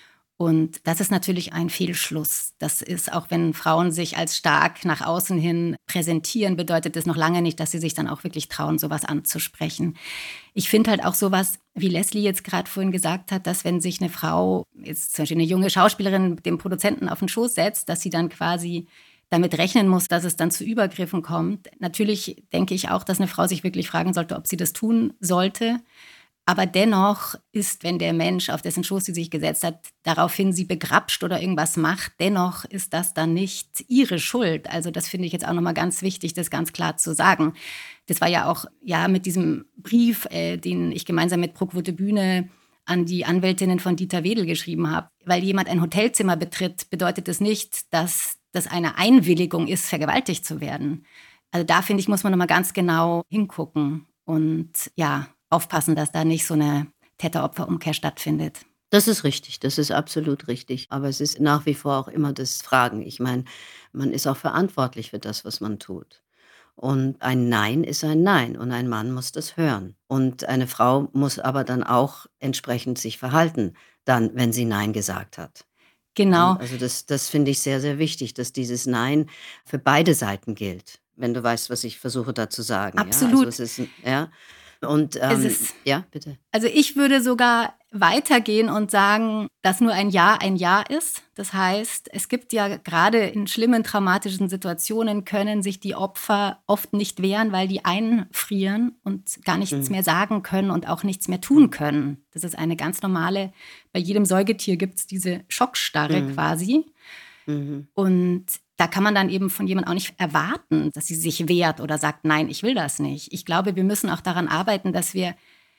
Und das ist natürlich ein Fehlschluss. Das ist, auch wenn Frauen sich als stark nach außen hin präsentieren, bedeutet das noch lange nicht, dass sie sich dann auch wirklich trauen, sowas anzusprechen. Ich finde halt auch sowas, wie Leslie jetzt gerade vorhin gesagt hat, dass wenn sich eine Frau, jetzt zum Beispiel eine junge Schauspielerin, dem Produzenten auf den Schoß setzt, dass sie dann quasi damit rechnen muss, dass es dann zu Übergriffen kommt. Natürlich denke ich auch, dass eine Frau sich wirklich fragen sollte, ob sie das tun sollte. Aber dennoch ist, wenn der Mensch, auf dessen Schoß sie sich gesetzt hat, daraufhin sie begrapscht oder irgendwas macht, dennoch ist das dann nicht ihre Schuld. Also das finde ich jetzt auch nochmal ganz wichtig, das ganz klar zu sagen. Das war ja auch ja mit diesem Brief, äh, den ich gemeinsam mit Pro Quote Bühne an die Anwältinnen von Dieter Wedel geschrieben habe. Weil jemand ein Hotelzimmer betritt, bedeutet das nicht, dass das eine Einwilligung ist, vergewaltigt zu werden. Also da, finde ich, muss man nochmal ganz genau hingucken und ja, aufpassen, dass da nicht so eine Täter-Opfer-Umkehr stattfindet. Das ist richtig, das ist absolut richtig. Aber es ist nach wie vor auch immer das Fragen. Ich meine, man ist auch verantwortlich für das, was man tut. Und ein Nein ist ein Nein und ein Mann muss das hören. Und eine Frau muss aber dann auch entsprechend sich verhalten, dann, wenn sie Nein gesagt hat. Ja, Genau, also das, das finde ich sehr, sehr wichtig, dass dieses Nein für beide Seiten gilt. Wenn du weißt, was ich versuche da zu sagen. Ja, also absolut. es ist, ein- ja. Und Es ähm, ist, ja, bitte. also ich würde sogar weitergehen und sagen, dass nur ein Ja ein Ja ist. Das heißt, es gibt ja gerade in schlimmen, traumatischen Situationen können sich die Opfer oft nicht wehren, weil die einfrieren und gar nichts Mhm. mehr sagen können und auch nichts mehr tun können. Das ist eine ganz normale, bei jedem Säugetier gibt es diese Schockstarre Mhm. quasi. Mhm. Und da kann man dann eben von jemandem auch nicht erwarten, dass sie sich wehrt oder sagt, nein, ich will das nicht. Ich glaube, wir müssen auch daran arbeiten, dass wir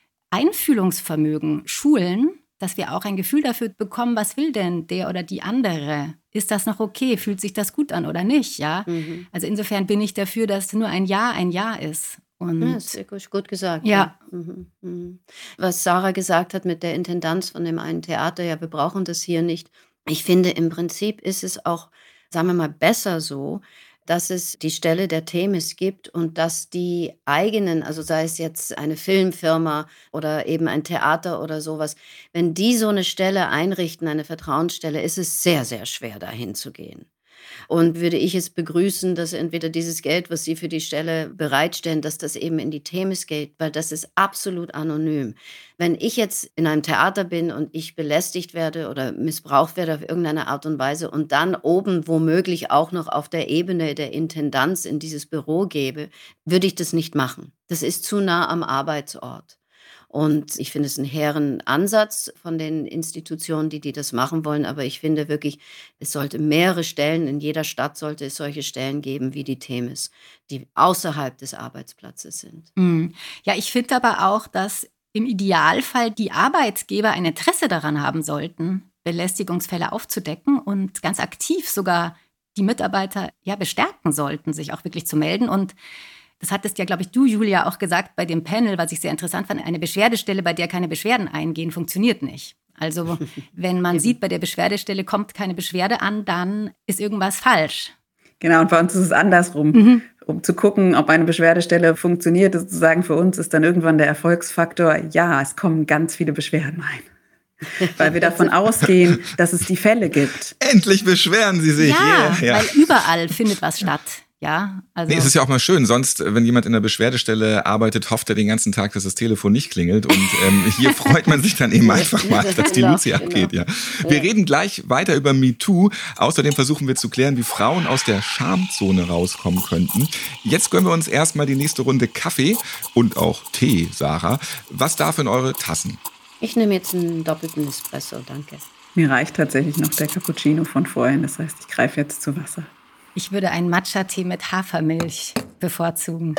Einfühlungsvermögen schulen, dass wir auch ein Gefühl dafür bekommen, was will denn der oder die andere? Ist das noch okay? Fühlt sich das gut an oder nicht? Ja? Mhm. Also insofern bin ich dafür, dass nur ein Ja ein Ja ist. Ja, Und ist sehr gut, gut gesagt, ja. ja, Mhm. Mhm. Was Sarah gesagt hat mit der Intendanz von dem einen Theater, ja, wir brauchen das hier nicht. Ich finde, im Prinzip ist es auch, sagen wir mal, besser so, dass es die Stelle der Themis gibt und dass die eigenen, also sei es jetzt eine Filmfirma oder eben ein Theater oder sowas, wenn die so eine Stelle einrichten, eine Vertrauensstelle, ist es sehr, sehr schwer, dahin zu gehen. Und würde ich es begrüßen, dass entweder dieses Geld, was Sie für die Stelle bereitstellen, dass das eben in die Themis geht, weil das ist absolut anonym. Wenn ich jetzt in einem Theater bin und ich belästigt werde oder missbraucht werde auf irgendeine Art und Weise und dann oben womöglich auch noch auf der Ebene der Intendanz in dieses Büro gebe, würde ich das nicht machen. Das ist zu nah am Arbeitsort. Und ich finde es einen hehren Ansatz von den Institutionen, die die das machen wollen. Aber ich finde wirklich, es sollte mehrere Stellen, in jeder Stadt sollte es solche Stellen geben wie die Themis, die außerhalb des Arbeitsplatzes sind. mm. Ja, ich finde aber auch, dass im Idealfall die Arbeitgeber ein Interesse daran haben sollten, Belästigungsfälle aufzudecken und ganz aktiv sogar die Mitarbeiter ja bestärken sollten, sich auch wirklich zu melden. Und das hattest ja, glaube ich, du, Julia, auch gesagt bei dem Panel, was ich sehr interessant fand, eine Beschwerdestelle, bei der keine Beschwerden eingehen, funktioniert nicht. Also wenn man sieht, bei der Beschwerdestelle kommt keine Beschwerde an, dann ist irgendwas falsch. Genau, und bei uns ist es andersrum. Mhm. Um zu gucken, ob eine Beschwerdestelle funktioniert, ist sozusagen für uns ist dann irgendwann der Erfolgsfaktor, ja, es kommen ganz viele Beschwerden rein. Weil wir davon ausgehen, dass es die Fälle gibt. Endlich beschweren sie sich. Ja, Yeah, ja. weil überall findet was statt. Ja, also Nee, es ist ja auch mal schön. Sonst, wenn jemand in der Beschwerdestelle arbeitet, hofft er den ganzen Tag, dass das Telefon nicht klingelt. Und ähm, hier freut man sich dann eben einfach mal, dass die Genau, Luzi genau. abgeht. Ja. Wir reden gleich weiter über MeToo. Außerdem versuchen wir zu klären, wie Frauen aus der Schamzone rauskommen könnten. Jetzt gönnen wir uns erstmal die nächste Runde Kaffee und auch Tee, Sarah. Was darf in eure Tassen? Ich nehme jetzt einen doppelten Espresso, danke. Mir reicht tatsächlich noch der Cappuccino von vorhin. Das heißt, ich greife jetzt zu Wasser. ich würde einen Matcha-Tee mit Hafermilch bevorzugen.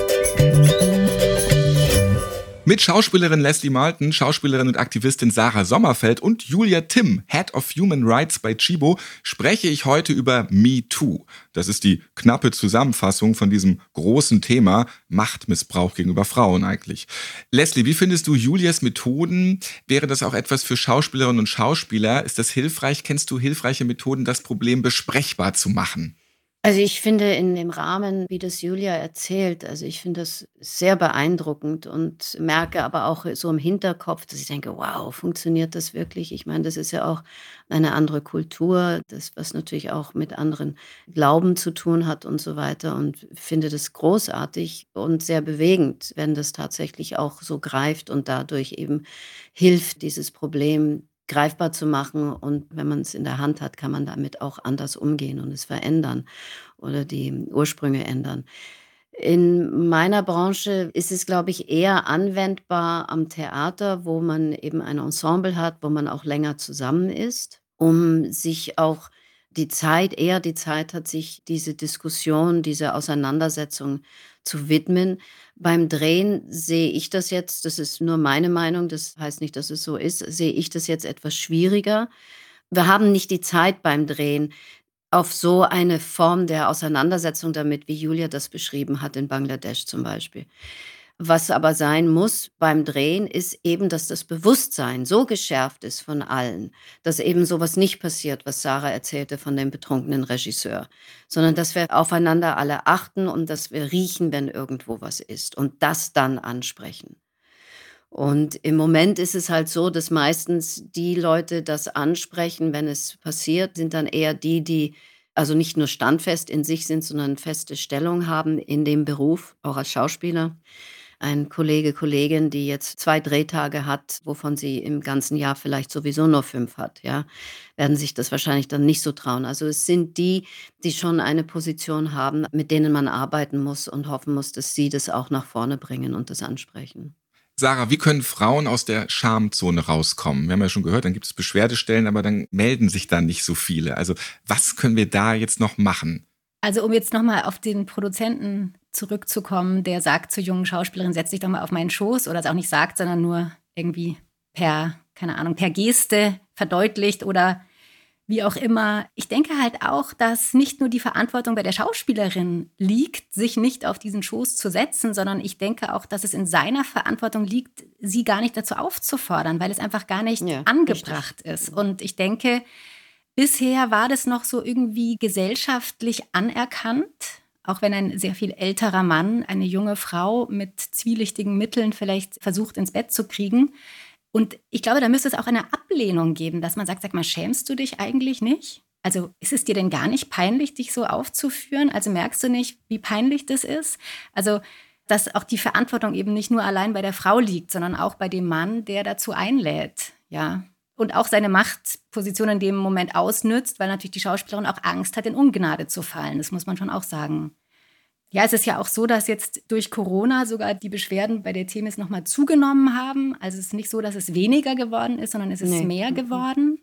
Mit Schauspielerin Leslie Martin, Schauspielerin und Aktivistin Sarah Sommerfeld und Julia Timm, Head of Human Rights bei Tchibo, spreche ich heute über MeToo. Das ist die knappe Zusammenfassung von diesem großen Thema Machtmissbrauch gegenüber Frauen eigentlich. Leslie, wie findest du Julias Methoden? Wäre das auch etwas für Schauspielerinnen und Schauspieler? Ist das hilfreich? Kennst du hilfreiche Methoden, das Problem besprechbar zu machen? Also ich finde in dem Rahmen, wie das Julia erzählt, also ich finde das sehr beeindruckend und merke aber auch so im Hinterkopf, dass ich denke, wow, funktioniert das wirklich? Ich meine, das ist ja auch eine andere Kultur, das, was natürlich auch mit anderen Glauben zu tun hat und so weiter und finde das großartig und sehr bewegend, wenn das tatsächlich auch so greift und dadurch eben hilft, dieses Problem greifbar zu machen und wenn man es in der Hand hat, kann man damit auch anders umgehen und es verändern oder die Ursprünge ändern. In meiner Branche ist es, glaube ich, eher anwendbar am Theater, wo man eben ein Ensemble hat, wo man auch länger zusammen ist, um sich auch die Zeit, eher die Zeit hat, sich diese Diskussion, diese Auseinandersetzung zu widmen. Beim Drehen sehe ich das jetzt, das ist nur meine Meinung, das heißt nicht, dass es so ist, sehe ich das jetzt etwas schwieriger. Wir haben nicht die Zeit beim Drehen, auf so eine Form der Auseinandersetzung damit, wie Julia das beschrieben hat in Bangladesch zum Beispiel. Was aber sein muss beim Drehen, ist eben, dass das Bewusstsein so geschärft ist von allen, dass eben sowas nicht passiert, was Sarah erzählte von dem betrunkenen Regisseur, sondern dass wir aufeinander alle achten und dass wir riechen, wenn irgendwo was ist und das dann ansprechen. Und im Moment ist es halt so, dass meistens die Leute das ansprechen, wenn es passiert, sind dann eher die, die also nicht nur standfest in sich sind, sondern feste Stellung haben in dem Beruf, auch als Schauspieler. Ein Kollege, Kollegin, die jetzt zwei Drehtage hat, wovon sie im ganzen Jahr vielleicht sowieso nur fünf hat, ja, werden sich das wahrscheinlich dann nicht so trauen. Also es sind die, die schon eine Position haben, mit denen man arbeiten muss und hoffen muss, dass sie das auch nach vorne bringen und das ansprechen. Sarah, wie können Frauen aus der Schamzone rauskommen? Wir haben ja schon gehört, dann gibt es Beschwerdestellen, aber dann melden sich da nicht so viele. Also was können wir da jetzt noch machen? Also um jetzt nochmal auf den Produzenten zurückzukommen, der sagt zur jungen Schauspielerin, setz dich doch mal auf meinen Schoß, oder es auch nicht sagt, sondern nur irgendwie per, keine Ahnung, per Geste verdeutlicht oder wie auch immer. Ich denke halt auch, dass nicht nur die Verantwortung bei der Schauspielerin liegt, sich nicht auf diesen Schoß zu setzen, sondern ich denke auch, dass es in seiner Verantwortung liegt, sie gar nicht dazu aufzufordern, weil es einfach gar nicht ja, angebracht richtig. ist. Und ich denke, bisher war das noch so irgendwie gesellschaftlich anerkannt, auch wenn ein sehr viel älterer Mann eine junge Frau mit zwielichtigen Mitteln vielleicht versucht, ins Bett zu kriegen. Und ich glaube, da müsste es auch eine Ablehnung geben, dass man sagt, sag mal, schämst du dich eigentlich nicht? Also ist es dir denn gar nicht peinlich, dich so aufzuführen? Also merkst du nicht, wie peinlich das ist? Also dass auch die Verantwortung eben nicht nur allein bei der Frau liegt, sondern auch bei dem Mann, der dazu einlädt, ja. Und auch seine Machtposition in dem Moment ausnützt, weil natürlich die Schauspielerin auch Angst hat, in Ungnade zu fallen. Das muss man schon auch sagen. Ja, es ist ja auch so, dass jetzt durch Corona sogar die Beschwerden bei der Themis nochmal zugenommen haben. Also es ist nicht so, dass es weniger geworden ist, sondern es ist nee. mehr geworden.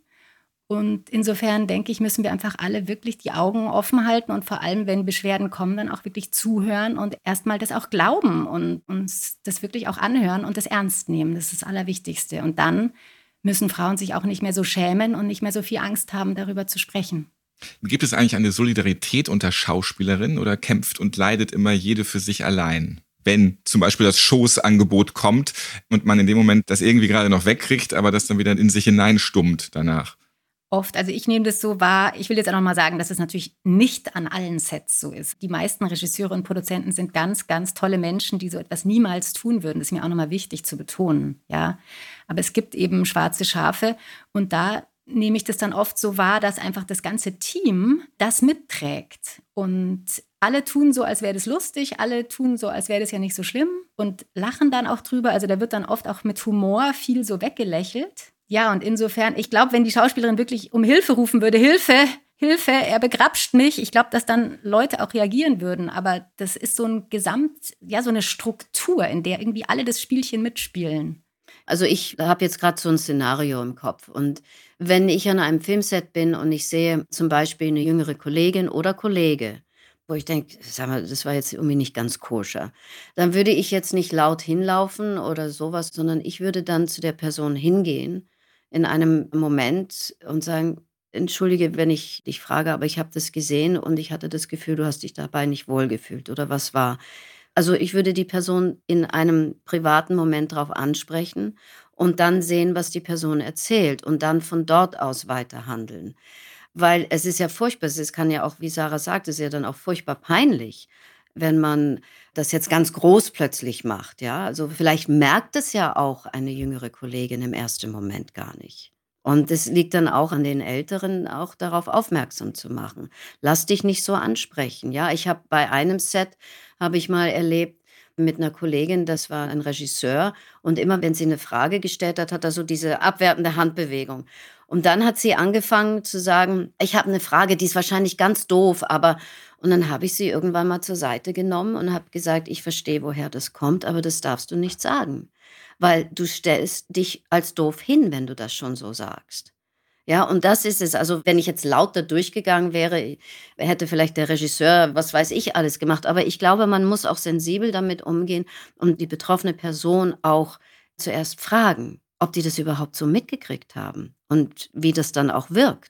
Und insofern, denke ich, müssen wir einfach alle wirklich die Augen offen halten und vor allem, wenn Beschwerden kommen, dann auch wirklich zuhören und erstmal das auch glauben und uns das wirklich auch anhören und das ernst nehmen. Das ist das Allerwichtigste. Und dann müssen Frauen sich auch nicht mehr so schämen und nicht mehr so viel Angst haben, darüber zu sprechen. Gibt es eigentlich eine Solidarität unter Schauspielerinnen oder kämpft und leidet immer jede für sich allein? Wenn zum Beispiel das Schoßangebot kommt und man in dem Moment das irgendwie gerade noch wegkriegt, aber das dann wieder in sich hineinstummt danach. Oft, also ich nehme das so wahr, ich will jetzt auch noch mal sagen, dass es natürlich nicht an allen Sets so ist. Die meisten Regisseure und Produzenten sind ganz, ganz tolle Menschen, die so etwas niemals tun würden. Das ist mir auch noch mal wichtig zu betonen, ja. Aber es gibt eben schwarze Schafe und da nehme ich das dann oft so wahr, dass einfach das ganze Team das mitträgt. Und alle tun so, als wäre das lustig, alle tun so, als wäre das ja nicht so schlimm und lachen dann auch drüber. Also da wird dann oft auch mit Humor viel so weggelächelt. Ja, und insofern, ich glaube, wenn die Schauspielerin wirklich um Hilfe rufen würde, Hilfe, Hilfe, er begrapscht mich, ich glaube, dass dann Leute auch reagieren würden. Aber das ist so ein Gesamt, ja, so eine Struktur, in der irgendwie alle das Spielchen mitspielen. Also ich habe jetzt gerade so ein Szenario im Kopf und wenn ich an einem Filmset bin und ich sehe zum Beispiel eine jüngere Kollegin oder Kollege, wo ich denke, sag mal, das war jetzt irgendwie nicht ganz koscher, dann würde ich jetzt nicht laut hinlaufen oder sowas, sondern ich würde dann zu der Person hingehen in einem Moment und sagen, entschuldige, wenn ich dich frage, aber ich habe das gesehen und ich hatte das Gefühl, du hast dich dabei nicht wohlgefühlt oder was war. Also ich würde die Person in einem privaten Moment darauf ansprechen und dann sehen, was die Person erzählt und dann von dort aus weiter handeln. Weil es ist ja furchtbar, es kann ja auch, wie Sarah sagt, es ist ja dann auch furchtbar peinlich, wenn man das jetzt ganz groß plötzlich macht. Ja? Also vielleicht merkt es ja auch eine jüngere Kollegin im ersten Moment gar nicht. Und es liegt dann auch an den Älteren, auch darauf aufmerksam zu machen. Lass dich nicht so ansprechen. Ja, ich habe bei einem Set, habe ich mal erlebt, mit einer Kollegin, das war ein Regisseur. Und immer, wenn sie eine Frage gestellt hat, hat er so diese abwertende Handbewegung. Und dann hat sie angefangen zu sagen, ich habe eine Frage, die ist wahrscheinlich ganz doof, aber... Und dann habe ich sie irgendwann mal zur Seite genommen und habe gesagt, ich verstehe, woher das kommt, aber das darfst du nicht sagen. Weil du stellst dich als doof hin, wenn du das schon so sagst. Ja, und das ist es. Also wenn ich jetzt lauter durchgegangen wäre, hätte vielleicht der Regisseur, was weiß ich, alles gemacht. Aber ich glaube, man muss auch sensibel damit umgehen und die betroffene Person auch zuerst fragen, ob die das überhaupt so mitgekriegt haben und wie das dann auch wirkt.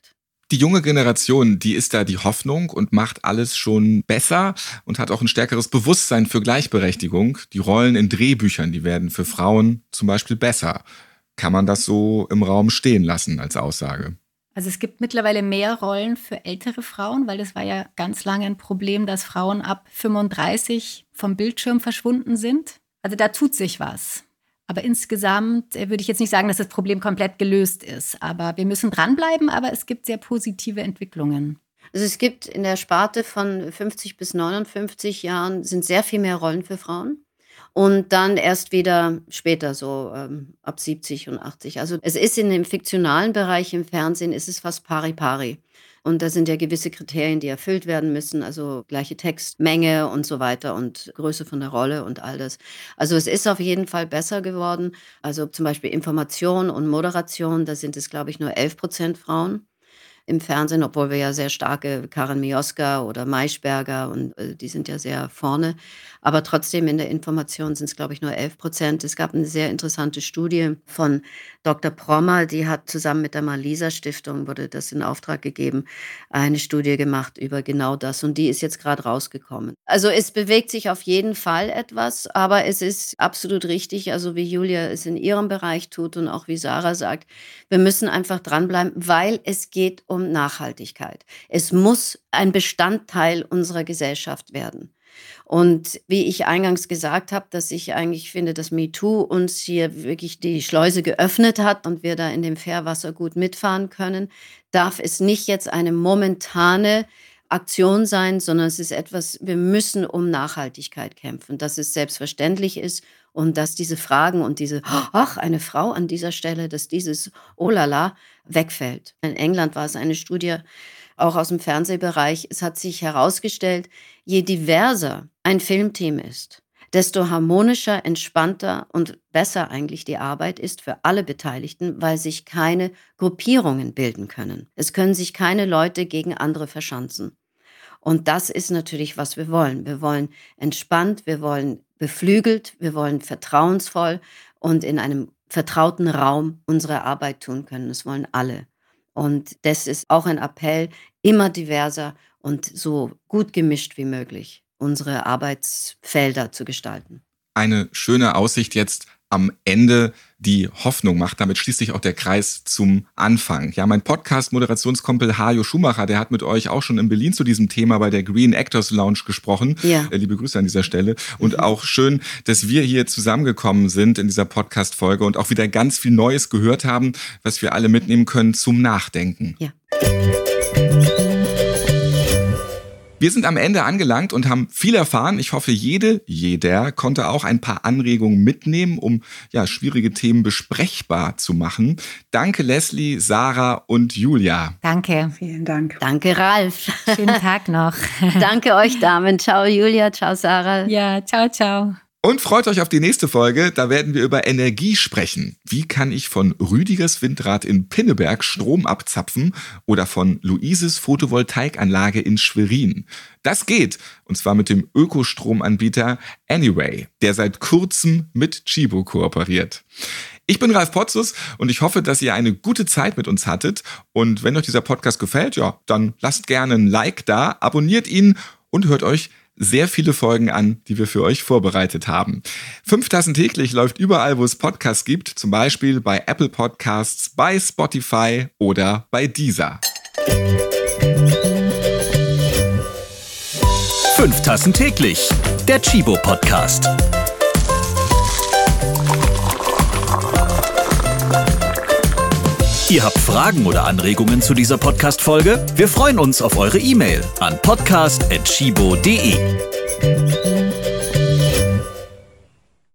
Die junge Generation, die ist da die Hoffnung und macht alles schon besser und hat auch ein stärkeres Bewusstsein für Gleichberechtigung. Die Rollen in Drehbüchern, die werden für Frauen zum Beispiel besser. Kann man das so im Raum stehen lassen als Aussage? Also es gibt mittlerweile mehr Rollen für ältere Frauen, weil das war ja ganz lange ein Problem, dass Frauen ab fünfunddreißig vom Bildschirm verschwunden sind. Also da tut sich was. Aber insgesamt würde ich jetzt nicht sagen, dass das Problem komplett gelöst ist. Aber wir müssen dranbleiben, aber es gibt sehr positive Entwicklungen. Also es gibt in der Sparte von fünfzig bis neunundfünfzig Jahren sind sehr viel mehr Rollen für Frauen. Und dann erst wieder später, so ähm, ab siebzig und achtzig. Also es ist in dem fiktionalen Bereich im Fernsehen, ist es fast pari-pari. Und da sind ja gewisse Kriterien, die erfüllt werden müssen, also gleiche Textmenge und so weiter und Größe von der Rolle und all das. Also es ist auf jeden Fall besser geworden. Also zum Beispiel Information und Moderation, da sind es, glaube ich, nur elf Prozent Frauen im Fernsehen, obwohl wir ja sehr starke Karin Mioska oder Maischberger und äh, die sind ja sehr vorne. Aber trotzdem in der Information sind es, glaube ich, nur elf Prozent. Es gab eine sehr interessante Studie von Doktor Prommer, die hat zusammen mit der Malisa-Stiftung, wurde das in Auftrag gegeben, eine Studie gemacht über genau das. Und die ist jetzt gerade rausgekommen. Also es bewegt sich auf jeden Fall etwas, aber es ist absolut richtig, also wie Julia es in ihrem Bereich tut und auch wie Sarah sagt, wir müssen einfach dranbleiben, weil es geht um Nachhaltigkeit. Es muss ein Bestandteil unserer Gesellschaft werden. Und wie ich eingangs gesagt habe, dass ich eigentlich finde, dass MeToo uns hier wirklich die Schleuse geöffnet hat und wir da in dem Fährwasser gut mitfahren können, darf es nicht jetzt eine momentane Aktion sein, sondern es ist etwas, wir müssen um Nachhaltigkeit kämpfen, dass es selbstverständlich ist und dass diese Fragen und diese, ach, eine Frau an dieser Stelle, dass dieses oh la la wegfällt. In England war es eine Studie, auch aus dem Fernsehbereich. Es hat sich herausgestellt, je diverser ein Filmteam ist, desto harmonischer, entspannter und besser eigentlich die Arbeit ist für alle Beteiligten, weil sich keine Gruppierungen bilden können. Es können sich keine Leute gegen andere verschanzen. Und das ist natürlich, was wir wollen. Wir wollen entspannt, wir wollen beflügelt, wir wollen vertrauensvoll und in einem vertrauten Raum unsere Arbeit tun können. Das wollen alle. Und das ist auch ein Appell, immer diverser und so gut gemischt wie möglich unsere Arbeitsfelder zu gestalten. Eine schöne Aussicht jetzt am Ende, die Hoffnung macht. Damit schließt sich auch der Kreis zum Anfang. Ja, mein Podcast-Moderationskumpel Hajo Schumacher, der hat mit euch auch schon in Berlin zu diesem Thema bei der Green Actors Lounge gesprochen. Ja. Äh, liebe Grüße an dieser Stelle. Und mhm. auch schön, dass wir hier zusammengekommen sind in dieser Podcast-Folge und auch wieder ganz viel Neues gehört haben, was wir alle mitnehmen können zum Nachdenken. Ja. Wir sind am Ende angelangt und haben viel erfahren. Ich hoffe, jede, jeder konnte auch ein paar Anregungen mitnehmen, um ja, schwierige Themen besprechbar zu machen. Danke Leslie, Sarah und Julia. Danke. Vielen Dank. Danke Ralf. Schönen Tag noch. Danke euch Damen. Ciao Julia, ciao Sarah. Ja, ciao, ciao. Und freut euch auf die nächste Folge, da werden wir über Energie sprechen. Wie kann ich von Rüdigers Windrad in Pinneberg Strom abzapfen oder von Luises Photovoltaikanlage in Schwerin? Das geht, und zwar mit dem Ökostromanbieter Anyway, der seit kurzem mit Tchibo kooperiert. Ich bin Ralf Potzus und ich hoffe, dass ihr eine gute Zeit mit uns hattet. Und wenn euch dieser Podcast gefällt, ja, dann lasst gerne ein Like da, abonniert ihn und hört euch sehr viele Folgen an, die wir für euch vorbereitet haben. Fünf Tassen täglich läuft überall, wo es Podcasts gibt, zum Beispiel bei Apple Podcasts, bei Spotify oder bei Deezer. Fünf Tassen täglich, der Tchibo Podcast. Ihr habt Fragen oder Anregungen zu dieser Podcast-Folge? Wir freuen uns auf eure E-Mail an podcast at tchibo punkt de.